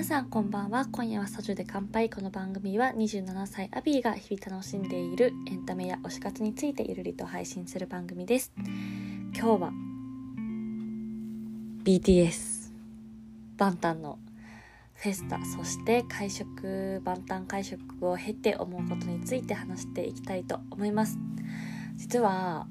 皆さんこんばんは。今夜はソジュで乾杯。この番組は27歳アビーが日々楽しんでいるエンタメや推し活についてゆるりと配信する番組です。今日は BTS バンタンのフェスタ、そしてバンタン会食を経て思うことについて話していきたいと思います。実は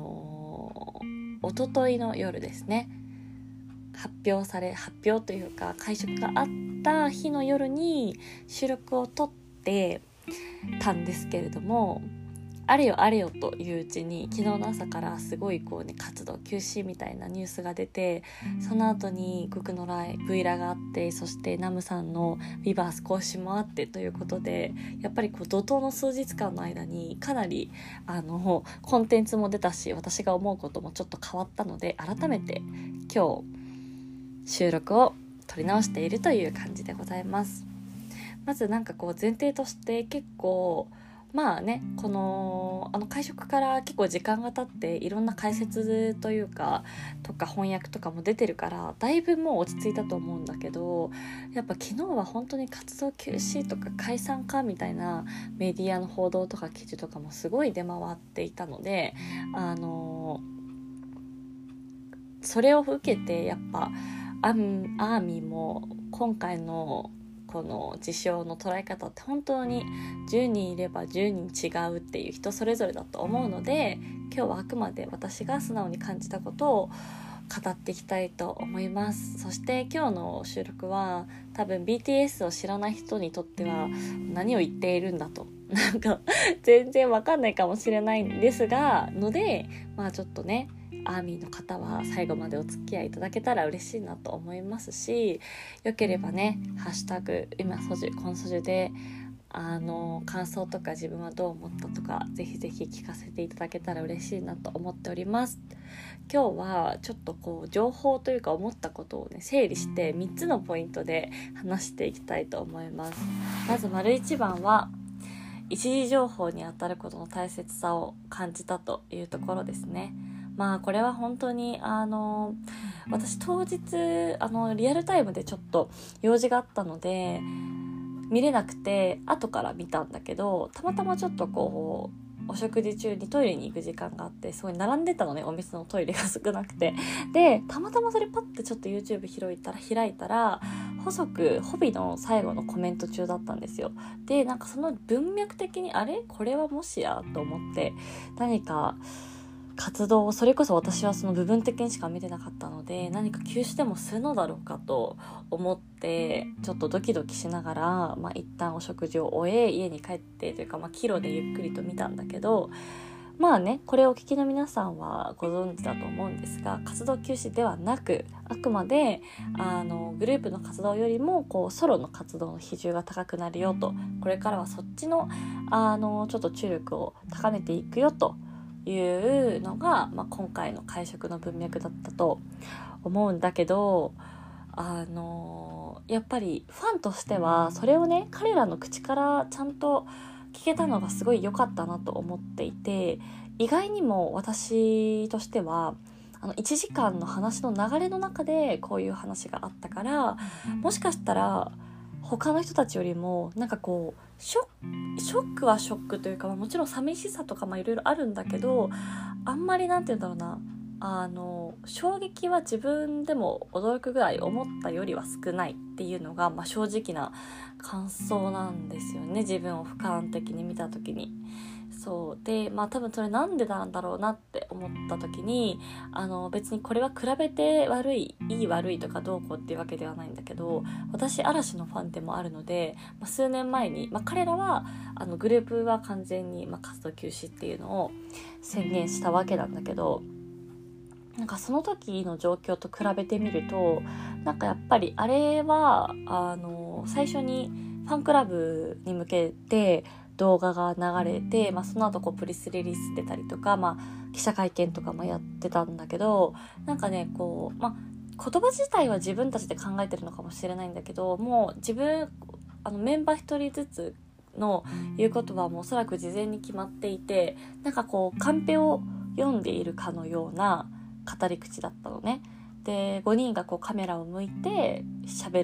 一昨日の夜ですね、発表というか会食があった日の夜に収録を撮ってたんですけれども、あれよといううちに昨日の朝からすごい活動休止みたいなニュースが出て、その後にグクのVラがあって、そしてナムさんのビバース更新もあってということで、やっぱり怒涛の数日間の間にかなりコンテンツも出たし、私が思うこともちょっと変わったので、改めて今日収録を撮り直しているという感じでございます。まず前提として、結構この会食から結構時間が経っていろんな解説とか翻訳とかも出てるから、だいぶもう落ち着いたと思うんだけど、やっぱ昨日は本当に活動休止とか解散かみたいなメディアの報道とか記事とかもすごい出回っていたので、それを受けてやっぱアーミーも今回のこの事象の捉え方って本当に10人いれば10人違うっていう人それぞれだと思うので、今日はあくまで私が素直に感じたことを語っていきたいと思います。そして今日の収録は多分 BTS を知らない人にとっては何を言っているんだと全然わかんないかもしれないんですがので、ちょっとねアーミーの方は最後までお付き合いいただけたら嬉しいなと思いますし、よければねハッシュタグ今ソジュで感想とか自分はどう思ったとかぜひぜひ聞かせていただけたら嬉しいなと思っております。今日はちょっと情報というか思ったことをね整理して3つのポイントで話していきたいと思います。まず丸1番は一時情報に当たることの大切さを感じたというところですね。これは本当に私当日リアルタイムでちょっと用事があったので見れなくて後から見たんだけど、たまたまちょっとお食事中にトイレに行く時間があって、すごい並んでたのね、お店のトイレが少なくて。でたまたまそれパッてちょっと YouTube 開いたら細くホビの最後のコメント中だったんですよ。でその文脈的にこれはもしやと思って、何か活動をそれこそ私はその部分的にしか見てなかったので、何か休止でもするのだろうかと思ってちょっとドキドキしながら、一旦お食事を終え家に帰ってというか、帰路でゆっくりと見たんだけど、これをお聞きの皆さんはご存知だと思うんですが、活動休止ではなく、あくまでグループの活動よりもソロの活動の比重が高くなるよと、これからはそっちのちょっと注力を高めていくよというのが、今回の会食の文脈だったと思うんだけど、やっぱりファンとしてはそれをね彼らの口からちゃんと聞けたのがすごい良かったなと思っていて、意外にも私としては1時間の話の流れの中でこういう話があったから、もしかしたら他の人たちよりもショックはショックというか、もちろん寂しさとかいろいろあるんだけど、あんまり衝撃は自分でも驚くぐらい思ったよりは少ないっていうのが、正直な感想なんですよね、自分を俯瞰的に見た時に。そうで、多分それなんでなんだろうなって思った時に、別にこれは比べていい悪いとかどうこうっていうわけではないんだけど、私嵐のファンでもあるので、数年前に、彼らはグループは完全に、活動休止っていうのを宣言したわけなんだけど、その時の状況と比べてみると、やっぱりあれは最初にファンクラブに向けて動画が流れて、その後プレスリリース出たりとか、記者会見とかもやってたんだけど、言葉自体は自分たちで考えてるのかもしれないんだけど、もうメンバー一人ずつの言うことはもうおそらく事前に決まっていて、カンペを読んでいるかのような語り口だったのね。で5人がカメラを向いて喋るっ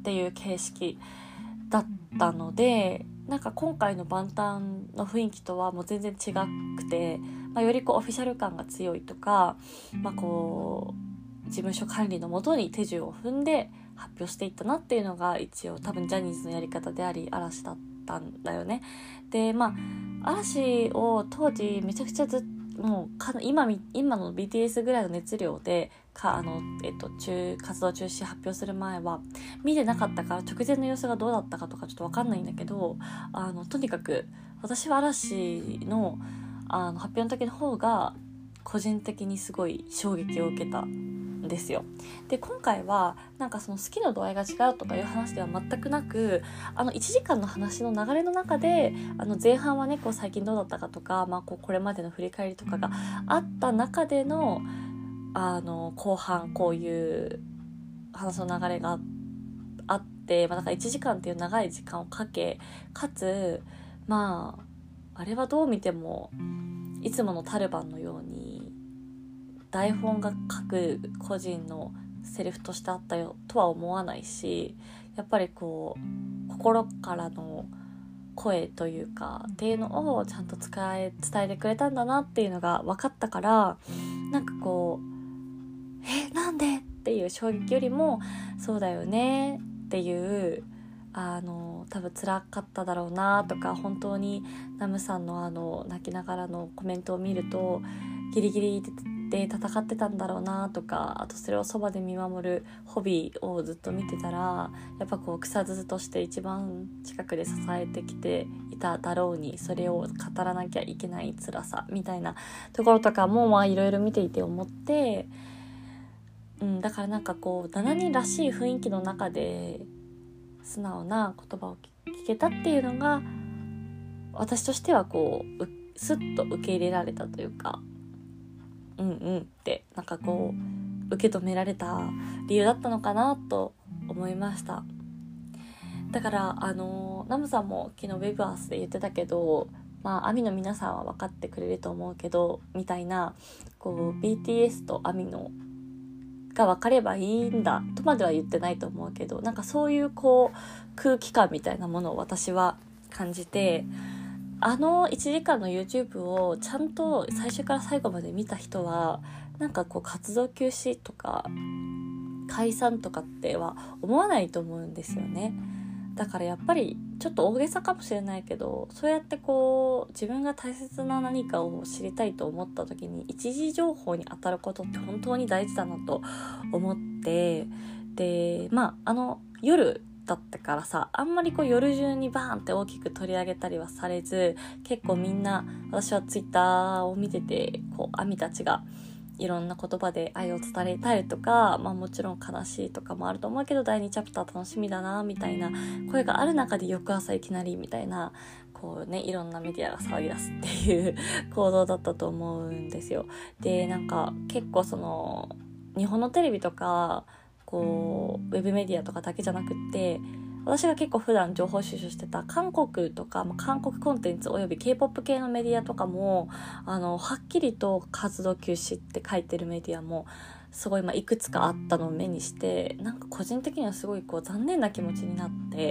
っていう形式だったので、なんか今回の万端の雰囲気とはもう全然違くて、よりこうオフィシャル感が強いとか、こう事務所管理のもとに手順を踏んで発表していったなっていうのが一応多分ジャニーズのやり方であり嵐だったんだよね。で嵐を当時めちゃくちゃもう今の BTS ぐらいの熱量で活動中止発表する前は見てなかったから直前の様子がどうだったかとかちょっと分かんないんだけど、とにかく私は嵐の発表の時の方が個人的にすごい衝撃を受けたんですよ。で今回はなんかその好きの度合いが違うとかいう話では全くなく、1時間の話の流れの中で前半はねこう最近どうだったかとか、これまでの振り返りとかがあった中での後半こういう話の流れがあって、だから1時間っていう長い時間をかけ、かつあれはどう見てもいつものタルバンのように台本が書く個人のセリフとしてあったよとは思わないし、やっぱりこう心からの声というかっていうのをちゃんと伝えてくれたんだなっていうのが分かったから、なんかこうなんでっていう衝撃よりもそうだよねっていう多分辛かっただろうなとか、本当にナムさんの泣きながらのコメントを見るとギリギリで戦ってたんだろうなとか、あとそれをそばで見守るホビーをずっと見てたらやっぱこう草津として一番近くで支えてきていただろうに、それを語らなきゃいけない辛さみたいなところとかもいろいろ見ていて思って、だからなんかこう7人らしい雰囲気の中で素直な言葉を聞けたっていうのが私としてはこうスッと受け入れられたというか、ってなんかこう受け止められた理由だったのかなと思いました。だからナムさんも昨日ウェブアースで言ってたけど、アミの皆さんは分かってくれると思うけどみたいな、こう BTS とアミのが分かればいいんだとまでは言ってないと思うけど、なんかそういうこう空気感みたいなものを私は感じて、1時間の YouTube をちゃんと最初から最後まで見た人はなんかこう活動休止とか解散とかっては思わないと思うんですよね。だからやっぱりちょっと大げさかもしれないけど、そうやってこう自分が大切な何かを知りたいと思った時に一時情報に当たることって本当に大事だなと思って、で夜だったからさ、あんまりこう夜中にバーンって大きく取り上げたりはされず、結構みんな、私はツイッターを見ててこうアミたちがいろんな言葉で愛を伝えたいとか、もちろん悲しいとかもあると思うけど第2チャプター楽しみだなみたいな声がある中で翌朝いきなりみたいな、こうね、いろんなメディアが騒ぎ出すっていう行動だったと思うんですよ。でなんか結構その日本のテレビとかこうウェブメディアとかだけじゃなくって、私が結構普段情報収集してた韓国とか、韓国コンテンツおよび K-POP 系のメディアとかもはっきりと活動休止って書いてるメディアもすごいいくつかあったのを目にして、なんか個人的にはすごいこう残念な気持ちになって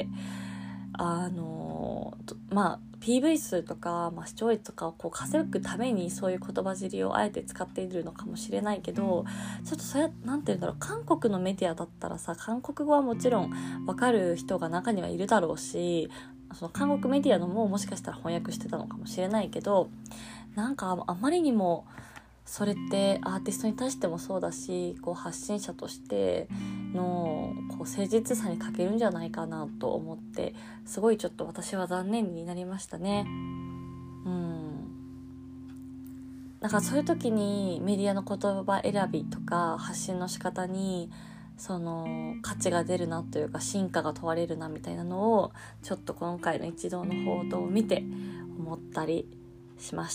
、PV 数とか、視聴率とかをこう稼ぐためにそういう言葉尻をあえて使っているのかもしれないけど、ちょっとそれなんて言うんだろう、韓国のメディアだったらさ、韓国語はもちろん分かる人が中にはいるだろうし、その韓国メディアのもしかしたら翻訳してたのかもしれないけど、なんかあまりにもそれってアーティストに対してもそうだし、こう発信者としてのこう誠実さに欠けるんじゃないかなと思って、すごいちょっと私は残念になりましたね。だからそういう時にメディアの言葉選びとか発信の仕方にその価値が出るなというか真価が問われるなみたいなのをちょっと今回の一同の報道を見て思ったりしました。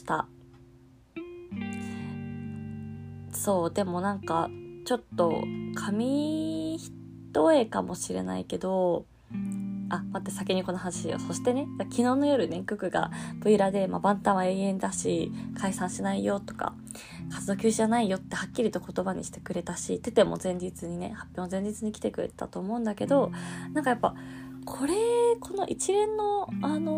そうでもなんかちょっと紙一重かもしれないけど、 待って、先にこの話しよう。そしてね、昨日の夜ね、ククが V ラで、万端は永遠だし、解散しないよとか、活動休止じゃないよってはっきりと言葉にしてくれたし、テテも前日にね、発表の前日に来てくれたと思うんだけど、なんかやっぱ、この一連の、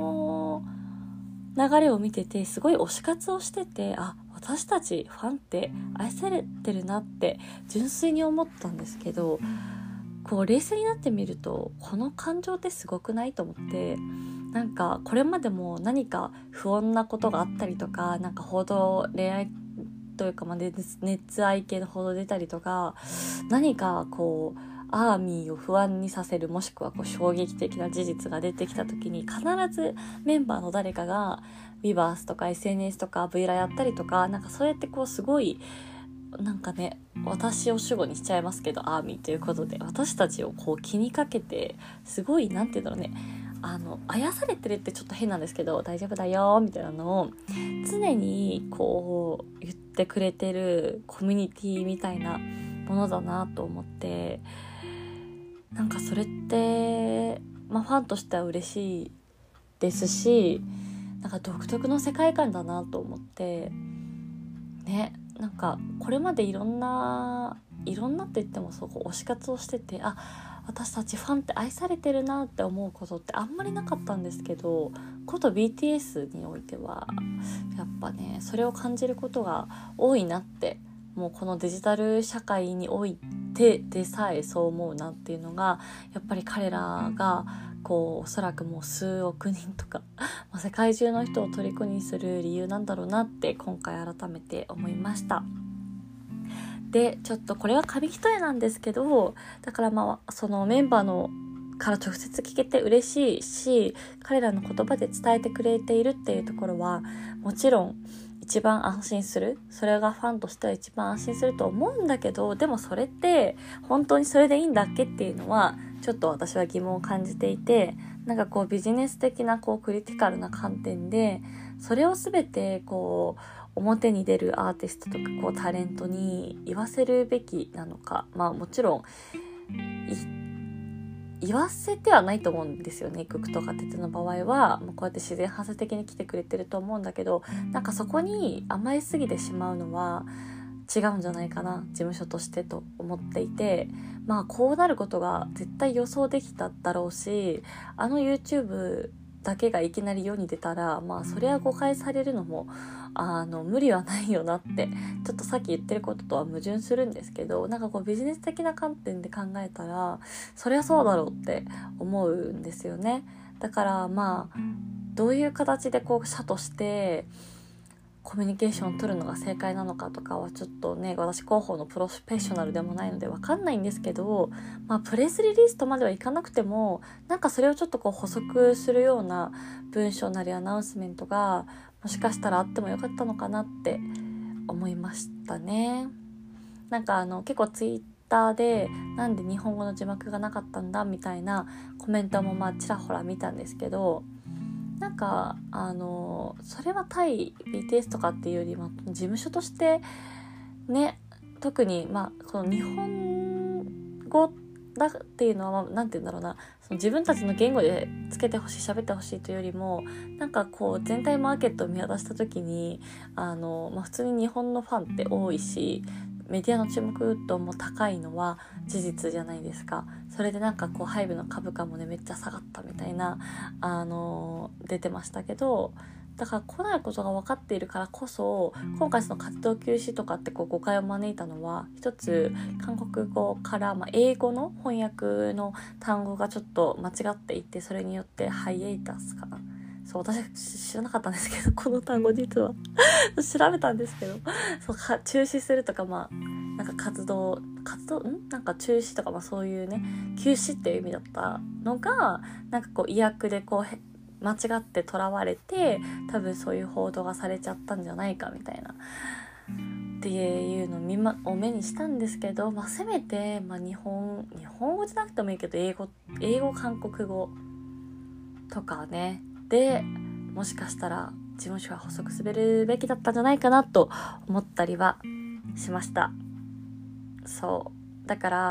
流れを見てて、すごい推し活をしてて、私たちファンって愛されてるなって純粋に思ったんですけど、冷静になってみるとこの感情ってすごくないと思って、なんかこれまでも何か不穏なことがあったりとか、なんか恋愛というか、熱愛系の報道出たりとか、何かアーミーを不安にさせる、もしくは衝撃的な事実が出てきた時に、必ずメンバーの誰かがビバースとか SNS とか V ラやったりとか、なんかそうやってすごいなんかね、私を主語にしちゃいますけど、アーミーということで私たちを気にかけて、すごいなんていうんだろうね、愛されてるってちょっと変なんですけど、大丈夫だよみたいなのを常に言ってくれてるコミュニティみたいなものだなと思って、なんかそれって、ファンとしては嬉しいですし、なんか独特の世界観だなと思ってね。なんかこれまでいろんなって言っても推し活をしてて、私たちファンって愛されてるなって思うことってあんまりなかったんですけど、こと BTS においてはやっぱね、それを感じることが多いなって、もうこのデジタル社会においてでさえそう思うなっていうのが、やっぱり彼らがおそらくもう数億人とか世界中の人を虜にする理由なんだろうなって今回改めて思いました。で、ちょっとこれは紙一重なんですけど、だからそのメンバーのから直接聞けて嬉しいし、彼らの言葉で伝えてくれているっていうところはもちろん一番安心する、それがファンとしては一番安心すると思うんだけど、でもそれって本当にそれでいいんだっけっていうのはちょっと私は疑問を感じていて、なんかビジネス的なクリティカルな観点でそれを全て表に出るアーティストとかタレントに言わせるべきなのか、もちろん言わせてはないと思うんですよね。ククとかテテの場合はこうやって自然発生的に来てくれてると思うんだけど、なんかそこに甘えすぎてしまうのは違うんじゃないかな、事務所としてと思っていて、こうなることが絶対予想できただろうし、YouTube だけがいきなり世に出たらそれは誤解されるのも無理はないよなって、ちょっとさっき言ってることとは矛盾するんですけど、なんかビジネス的な観点で考えたらそりゃそうだろうって思うんですよね。だからどういう形で社としてコミュニケーションを取るのが正解なのかとかはちょっとね、私広報のプロフェッショナルでもないので分かんないんですけど、プレスリリースとまではいかなくても、なんかそれをちょっと補足するような文章なりアナウンスメントがもしかしたらあってもよかったのかなって思いましたね。なんか結構ツイッターでなんで日本語の字幕がなかったんだみたいなコメントもちらほら見たんですけど、なんかそれは対 BTS とかっていうよりも事務所としてね、特にこの日本語だっていうのはなんて言うんだろうな、その自分たちの言語でつけてほしい、喋ってほしいというよりも、なんか全体マーケットを見渡した時に普通に日本のファンって多いし、メディアの注目度も高いのは事実じゃないですか。それでなんかハイブの株価もねめっちゃ下がったみたいな出てましたけど、だから来ないことが分かっているからこそ、今回その活動休止とかって誤解を招いたのは、一つ韓国語から英語の翻訳の単語がちょっと間違っていて、それによってハイエイタスかな、そう、私知らなかったんですけど、この単語実は調べたんですけど、中止するとかなんか活動なんか中止とかそういうね、休止っていう意味だったのが、なんか意訳で間違ってとらわれて、多分そういう報道がされちゃったんじゃないかみたいなっていうのを目にしたんですけど、せめて日本語じゃなくてもいいけど英語韓国語とかねで、もしかしたら事務所は補足するべきだったんじゃないかなと思ったりはしました。そうだから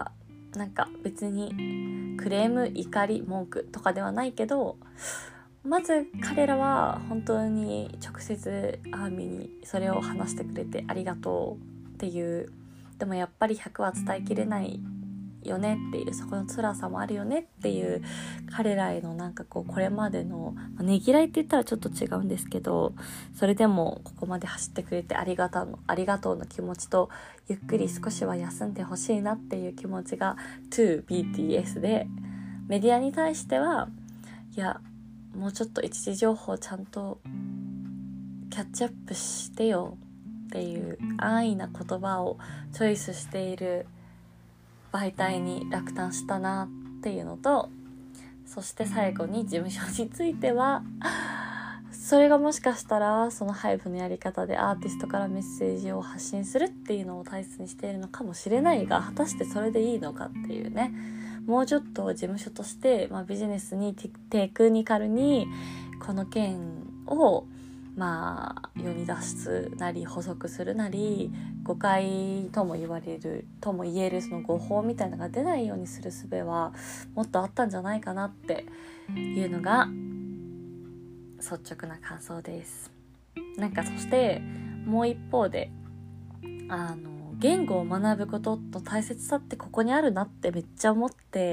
なんか別にクレーム、怒り、文句とかではないけど、まず彼らは本当に直接アーミーにそれを話してくれてありがとうっていう、でもやっぱり100は伝えきれないよねっていう、そこの辛さもあるよねっていう彼らへのなんかこれまでのねぎらいって言ったらちょっと違うんですけど、それでもここまで走ってくれてありがとうの気持ちと、ゆっくり少しは休んでほしいなっていう気持ちが to BTS で、メディアに対してはいやもうちょっと一時情報ちゃんとキャッチアップしてよっていう安易な言葉をチョイスしている媒体に落胆したなっていうのと、そして最後に事務所については、それがもしかしたらそのハイブのやり方でアーティストからメッセージを発信するっていうのを大切にしているのかもしれないが、果たしてそれでいいのかっていうね、もうちょっと事務所として、ビジネスにテクニカルにこの件を世に出すなり補足するなり、誤解とも言えるその誤報みたいなのが出ないようにする術はもっとあったんじゃないかなっていうのが率直な感想です。なんかそしてもう一方で言語を学ぶことの大切さってここにあるなってめっちゃ思って、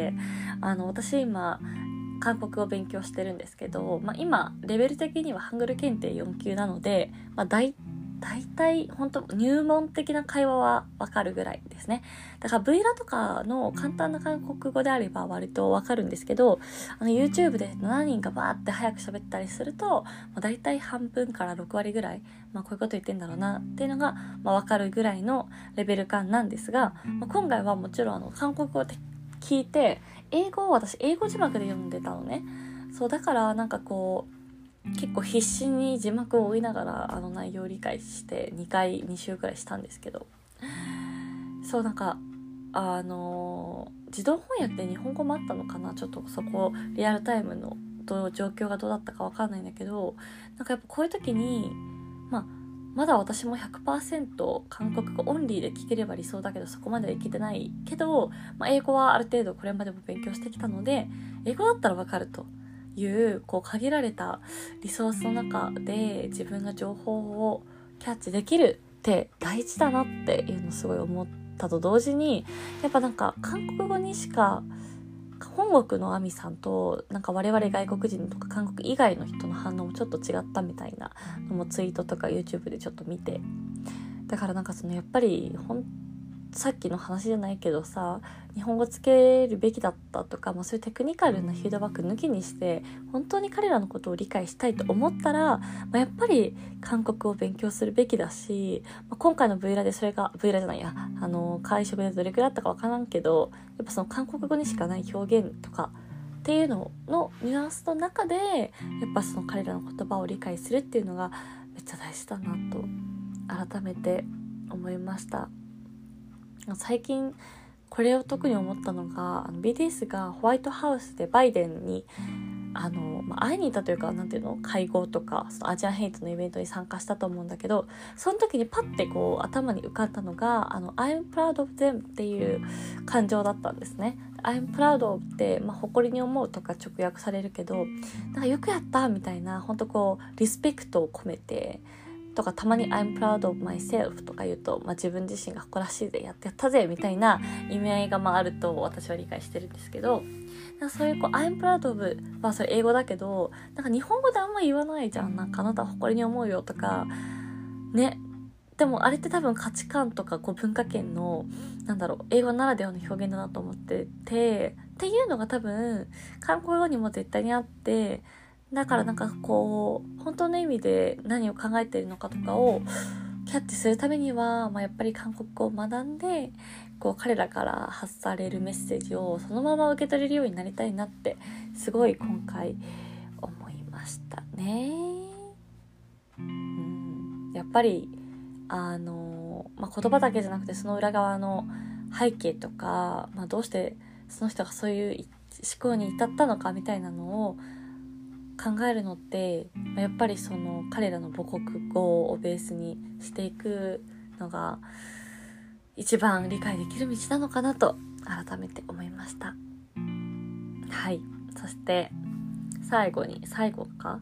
私今韓国語を勉強してるんですけど、今レベル的にはハングル検定4級なので、大体本当入門的な会話はわかるぐらいですね。だから V ラとかの簡単な韓国語であれば割とわかるんですけど、YouTube で7人がバーって早く喋ったりすると、大体半分から6割ぐらい、こういうこと言ってんだろうなっていうのが、わかるぐらいのレベル感なんですが、今回はもちろん韓国語で聞いて、私英語字幕で読んでたのね。そうだからなんか結構必死に字幕を追いながら内容を理解して2週くらいしたんですけど、そうなんか自動翻訳で日本語もあったのかな、ちょっとそこリアルタイムの状況がどうだったかわかんないんだけど、なんかやっぱこういう時にまだ私も 100% 韓国語オンリーで聞ければ理想だけど、そこまではいけてないけど、英語はある程度これまでも勉強してきたので、英語だったらわかるという限られたリソースの中で自分が情報をキャッチできるって大事だなっていうのをすごい思ったと同時に、やっぱなんか韓国語にしか本国のアミさんとなんか我々外国人とか韓国以外の人の反応もちょっと違ったみたいなのもツイートとか YouTube でちょっと見て、だからなんかやっぱりさっきの話じゃないけどさ、日本語つけるべきだったとか、そういうテクニカルなフィードバック抜きにして本当に彼らのことを理解したいと思ったら、やっぱり韓国を勉強するべきだし、今回の V ラでそれが V ラじゃないや会社でどれくらいあったか分からんけど、やっぱその韓国語にしかない表現とかっていうののニュアンスの中で、やっぱその彼らの言葉を理解するっていうのがめっちゃ大事だなと改めて思いました。最近これを特に思ったのが、BTS がホワイトハウスでバイデンに会いに行ったというか、なんていうの、会合とかそのアジアンヘイトのイベントに参加したと思うんだけど、その時にパッて頭に浮かんだのがI'm proud of them っていう感情だったんですね。I'm proud of って、誇りに思うとか直訳されるけど、なんかよくやったみたいな、本当リスペクトを込めてとか、たまに I'm proud of myself とか言うと、自分自身が誇らしいぜ、やってやったぜみたいな意味合いがあると私は理解してるんですけど、なんかそういうI'm proud of はそれ英語だけど、なんか日本語であんま言わないじゃん。なんかあなたは誇りに思うよとかね。でもあれって多分価値観とか文化圏の英語ならではの表現だなと思ってて、っていうのが多分韓国語にも絶対にあって、だからなんか本当の意味で何を考えているのかとかをキャッチするためには、やっぱり韓国語を学んで彼らから発されるメッセージをそのまま受け取れるようになりたいなってすごい今回思いましたね。やっぱり言葉だけじゃなくてその裏側の背景とか、どうしてその人がそういう思考に至ったのかみたいなのを考えるのって、やっぱりその彼らの母国語をベースにしていくのが一番理解できる道なのかなと改めて思いました。はい。そして最後か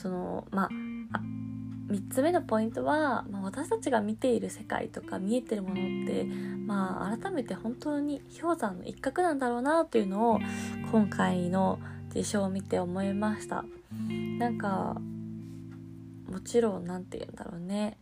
3つ目のポイントは、私たちが見ている世界とか見えてるものって、改めて本当に氷山の一角なんだろうなというのを今回の事象を見て思いました。なんかもちろんなんて言うんだろうね、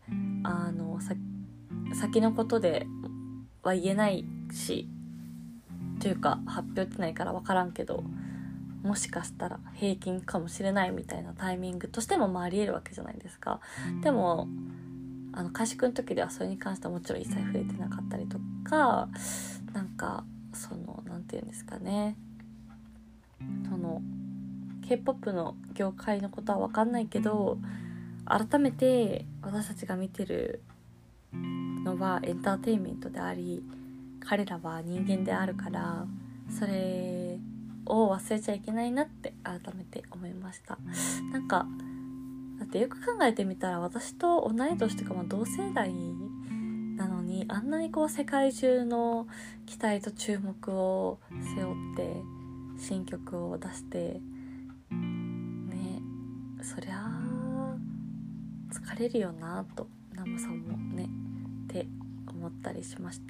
先のことでは言えないしというか発表ってないから分からんけど、もしかしたら平均かもしれないみたいなタイミングとしてもあり得るわけじゃないですか。でも合宿の時ではそれに関してはもちろん一切触れてなかったりとか、なんていうんですかね、K-POP の業界のことは分かんないけど、改めて私たちが見てるのはエンターテインメントであり、彼らは人間であるから、それを忘れちゃいけないなって改めて思いました。だってよく考えてみたら、私と同い年とか同世代なのに、あんなに世界中の期待と注目を背負って新曲を出してね、そりゃあ疲れるよなと、ナムさんもねって思ったりしました。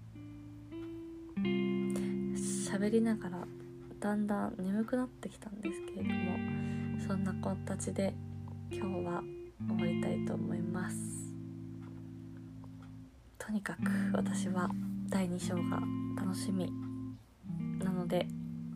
喋りながらだんだん眠くなってきたんですけれども、そんな形で今日は終わりたいと思います。とにかく私は第2章が楽しみなので、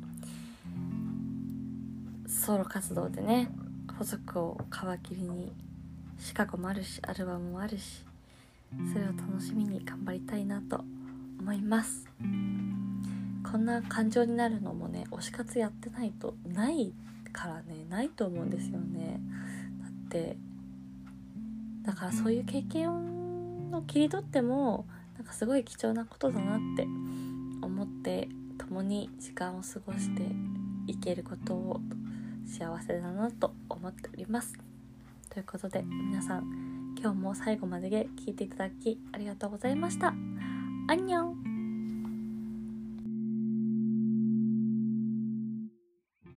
ソロ活動でね細くを皮切りにシカゴもあるし、アルバムもあるし、それを楽しみに頑張りたいなと思います。こんな感情になるのもね、推し活やってないとないからね、ないと思うんですよね。だからそういう経験を切り取ってもすごい貴重なことだなって思って、共に時間を過ごしていけることを幸せだなと思っております。ということで皆さん、今日も最後まで聞いていただきありがとうございました。アンニョン。